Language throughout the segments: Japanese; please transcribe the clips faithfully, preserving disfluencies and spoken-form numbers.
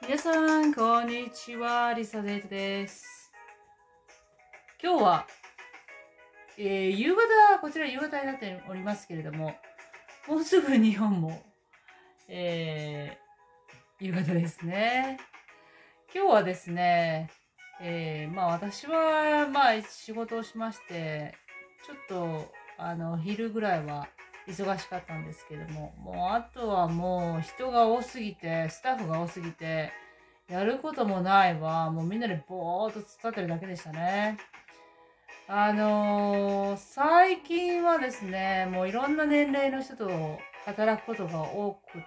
皆さん、こんにちは。リサデートです。今日は、えー、夕方、こちら夕方になっておりますけれども、もうすぐ日本も、えー、夕方ですね。今日はですね、えー、まあ私は、まあ仕事をしまして、ちょっと、あの、昼ぐらいは忙しかったんですけども、もうあとはもう人が多すぎて、スタッフが多すぎて、やることもないわ。もうみんなでぼーっと突っ立ってるだけでしたね。あのー最近はですね、もういろんな年齢の人と働くことが多くって、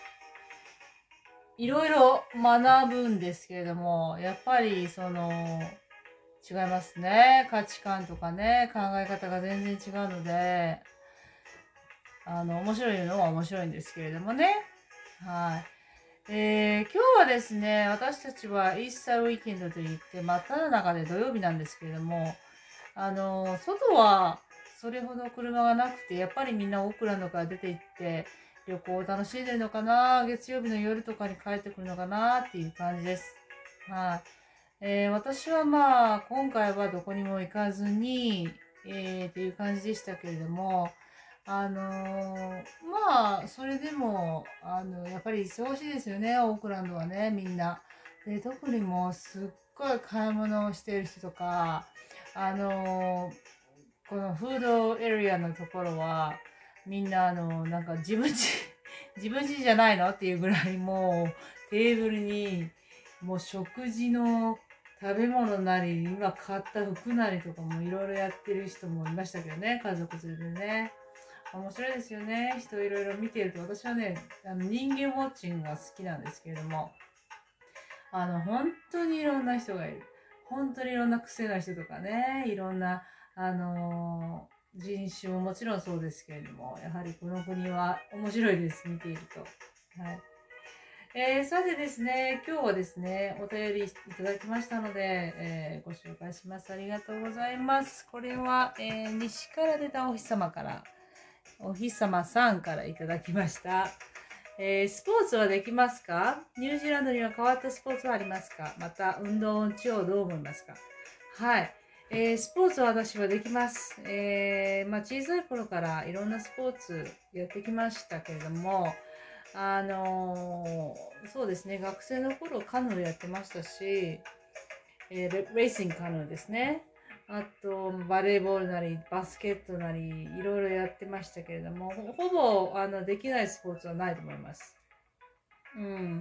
いろいろ学ぶんですけれども、やっぱりその、違いますね。価値観とかね、考え方が全然違うので、あの、面白いのは面白いんですけれどもね。はい。えー、今日はですね、私たちはイースターウィーケンドといって、真っ只中で土曜日なんですけれども、あの、外はそれほど車がなくて、やっぱりみんなオークランドから出て行って、旅行を楽しんでるのかな、月曜日の夜とかに帰ってくるのかなっていう感じです。はい。えー私はまあ、今回はどこにも行かずに、えー、っていう感じでしたけれども、あのーまあ、それでも、あの、やっぱり忙しいですよね、オークランドはね、みんな。で、特にもうすっごい買い物をしている人とか、あのーこのフードエリアのところは、みんなあの、なんか自分ち、自分ちじゃないのっていうぐらいもうテーブルに、もう食事の食べ物なり、今買った服なりとかもいろいろやってる人もいましたけどね、家族連れでね。面白いですよね。人いろいろ見ていると、私はね、あの人間ウォッチングが好きなんですけれども、あの、本当にいろんな人がいる。本当にいろんな癖の人とかね、いろんな、あのー人種ももちろんそうですけれども、やはりこの国は面白いです、見ていると。はい。えー、さてですね、今日はですね、お便りいただきましたので、えーご紹介します。ありがとうございます。これは、えー西から出たお日様から、お日様さんからいただきました。えースポーツはできますか？ニュージーランドには変わったスポーツはありますか？また、運動音痴をどう思いますか？はい。えースポーツは私はできます。えーまあ、小さい頃からいろんなスポーツやってきましたけれども、あのーそうですね、学生の頃カヌーやってましたし、えーレレーシングカヌーですね。あと、バレーボールなり、バスケットなり、いろいろやってましたけれども、ほほぼ、あの、できないスポーツはないと思います。うん。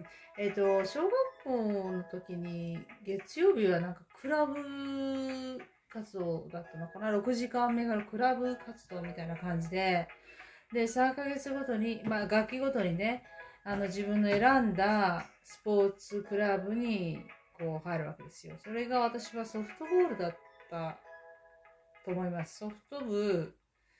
えっと、小学校の時に、月曜日はなんかクラブ活動だったのかな？ ろく 時間目からクラブ活動みたいな感じで、で、さんかげつごとに、まあ、楽器ごとにね、あの、自分の選んだスポーツクラブに、こう、入るわけですよ。それが私はソフトボールだったと思います。ソフト部、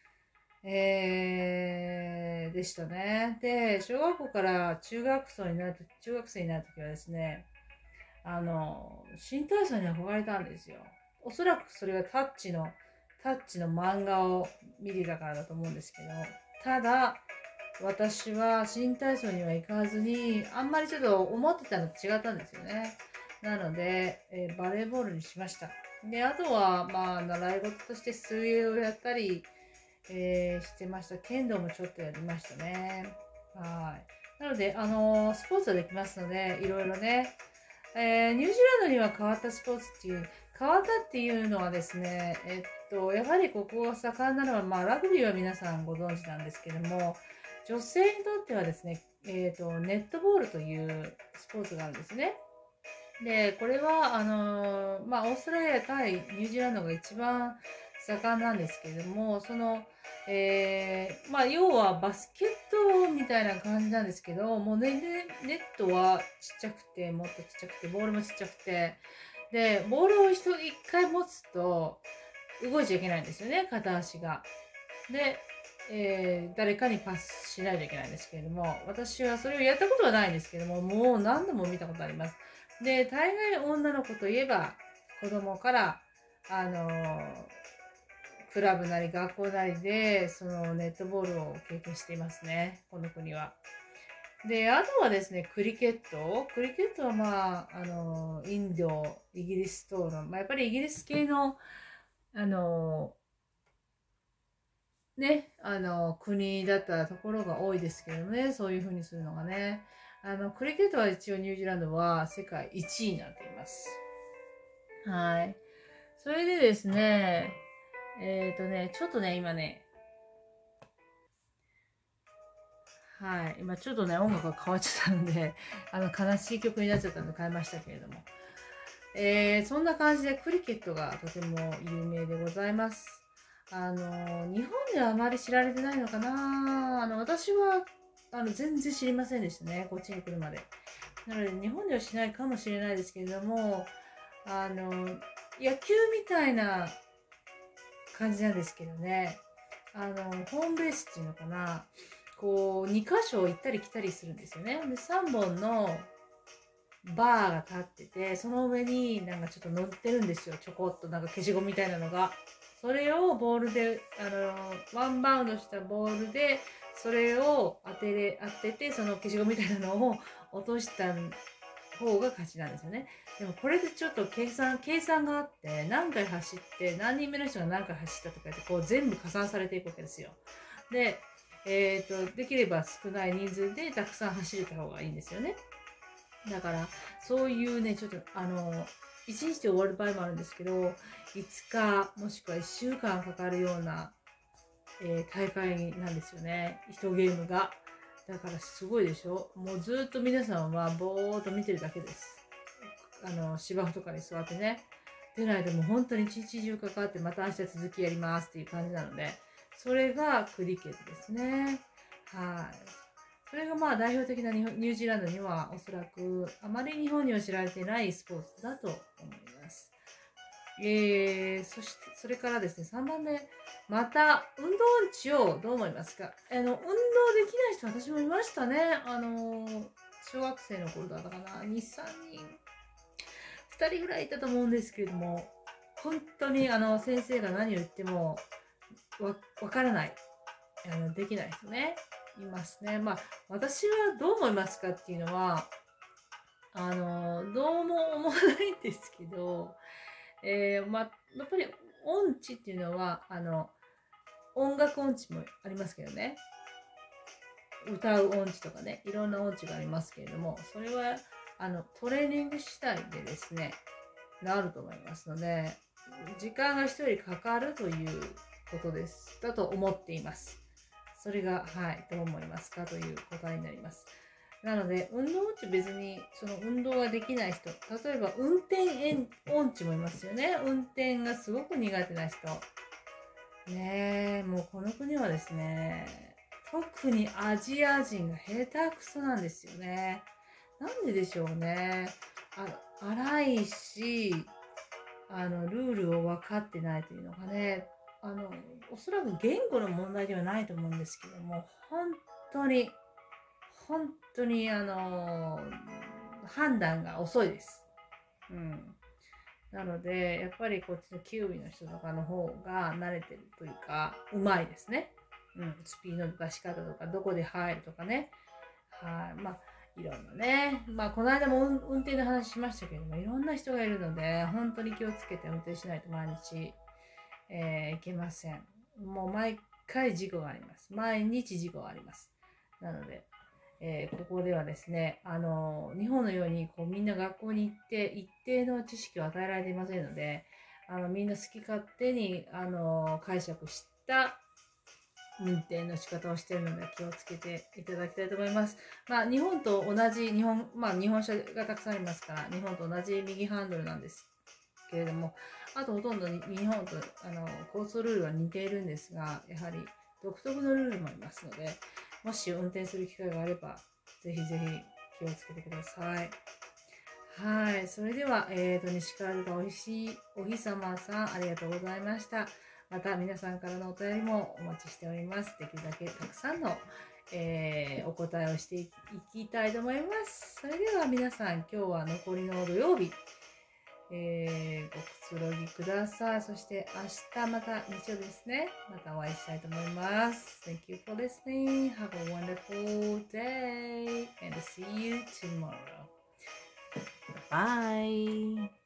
えー、でしたね。で、小学校から中学生になると、中学生になるときはですね、あの、新体操に憧れたんですよ。おそらくそれはタッチの、タッチの漫画を見てたからだと思うんですけど、ただ、私は新体操には行かずに、あんまりちょっと思ってたのと違ったんですよね。なので、えーバレーボールにしました。で、あとは、まあ、習い事として水泳をやったり、えーしてました。剣道もちょっとやりましたね。はい。なので、あのースポーツはできますので、いろいろね、えーニュージーランドには変わったスポーツっていう、変わったっていうのはですね、えっと、やはりここが盛んなのは、まあ、ラグビーは皆さんご存知なんですけども、女性にとってはですね、えっと、ネットボールというスポーツがあるんですね。で、これは、あのーまあ、オーストラリア対ニュージーランドが一番盛んなんですけれども、その、えーまあ、要はバスケットみたいな感じなんですけど、もうね、ねネットはちっちゃくて、もっとちっちゃくて、ボールもちっちゃくて、で、ボールを一一回持つと、動いちゃいけないんですよね、片足が。で、えー誰かにパスしないといけないんですけれども、私はそれをやったことはないんですけども、もう何度も見たことあります。で、大概女の子といえば、子供から、あのークラブなり学校なりで、そのネットボールを経験していますね、この国は。 で、あとはですね、クリケット。クリケットはまあ、あの、インド、イギリスとの、まあ、やっぱりイギリス系の、あの、ね、あの、国だったところが多いですけどね、そういう風にするのがね。あの、クリケットは一応ニュージーランドは世界いちいになっています。はい。それでですね、えっとね、ちょっとね、今ね、はい。今ちょっとね、音楽が変わっちゃったので、あの、悲しい曲になっちゃったので変えましたけれども。えー、そんな感じでクリケットがとても有名でございます。あの、日本ではあまり知られてないのかな。あの、私は、あの、全然知りませんでしたね。こっちに来るまで。なので、日本ではしないかもしれないですけれども、あの、野球みたいな感じなんですけどね。あの、ホームベースっていうのかな。こう、に箇所行ったり来たりするんですよね。で、さんぼんのバーが立ってて、その上になんかちょっと乗ってるんですよ。ちょこっとなんか消しゴムみたいなのが。それをボールで、あの、ワンバウンドしたボールで、それを当てれ、当てて、その消しゴムみたいなのを落とした方が勝ちなんですよね。でもこれでちょっと計算、計算があって、何回走って、何人目の人が何回走ったとかって、こう全部加算されていくわけですよ。で、えっと、できれば少ない人数でたくさん走れた方がいいんですよね。だから、そういうね、ちょっと、あの、いちにちで終わる場合もあるんですけど、いつか、もしくはいっしゅうかんかかるような、えー大会なんですよね。いちゲームが。だからすごいでしょ。もうずっと皆さんはぼーっと見てるだけです。あの、芝生とかに座ってね。でないともう本当に一日中かかってまた明日続きやりますっていう感じなので、それがクリケットですね。はい。それがまあ代表的なニュージーランドにはおそらくあまり日本には知られていないスポーツだと思います。えー、そして、それからですね、さんばんめ。また、運動音痴をどう思いますか？あの、運動できない人私もいましたね。あの、小学生の頃だったかな。に、さんにん。ふたりぐらいいたと思うんですけれども、本当にあの、先生が何を言っても、わ、わからない。あの、できない人ね。いますね。まあ、私はどう思いますかっていうのは、あの、どうも思わないんですけど、えー、まあ、やっぱり音痴っていうのは、あの、音楽音痴もありますけどね。歌う音痴とかね、いろんな音痴がありますけれども、それは、あの、トレーニング次第でですね、なると思いますので、時間が一人かかるということです。だと思っています。それが、はい、どう思いますかという答えになります。なので、運動音痴別に、その運動ができない人、例えば運転音痴もいますよね。運転がすごく苦手な人。ねえ、もうこの国はですね、特にアジア人が下手くそなんですよね。なんででしょうね。あ、荒いし、あの、ルールを分かってないというのがね、あの、おそらく言語の問題ではないと思うんですけども、本当に、本当に、あの、判断が遅いです。うん。なので、やっぱりこっちのキウイの人とかの方が慣れてるというか、うまいですね。うん。スピードの出し方とか、どこで入るとかね。はい。まあ、いろんなね。まあ、この間も運運転の話しましたけども、いろんな人がいるので、本当に気をつけて運転しないと毎日、えーいけません。もう毎回事故があります。毎日事故があります。なので、えーここではですね、あの、日本のようにこうみんな学校に行って一定の知識を与えられていませんので、あのみんな好き勝手にあの解釈した運転の仕方をしているので気をつけていただきたいと思います。まあ、日本と同じ、日本、まあ、日本車がたくさんありますから、日本と同じ右ハンドルなんですけれども、あとほとんど日本とあの交通ルールは似ているんですが、やはり独特のルールもありますので、もし運転する機会があれば、ぜひぜひ気をつけてください。はい。それでは、えーと、西から出たおいしいお日様さん、ありがとうございました。また皆さんからのお便りもお待ちしております。できるだけたくさんの、えーお答えをしていきたいと思います。それでは皆さん、今日は残りの土曜日、 えー、ごくつろぎください。そして明日また日曜日ですね。またお会いしたいと思います。Thank you for listening. Have a wonderful day and see you tomorrow. Bye.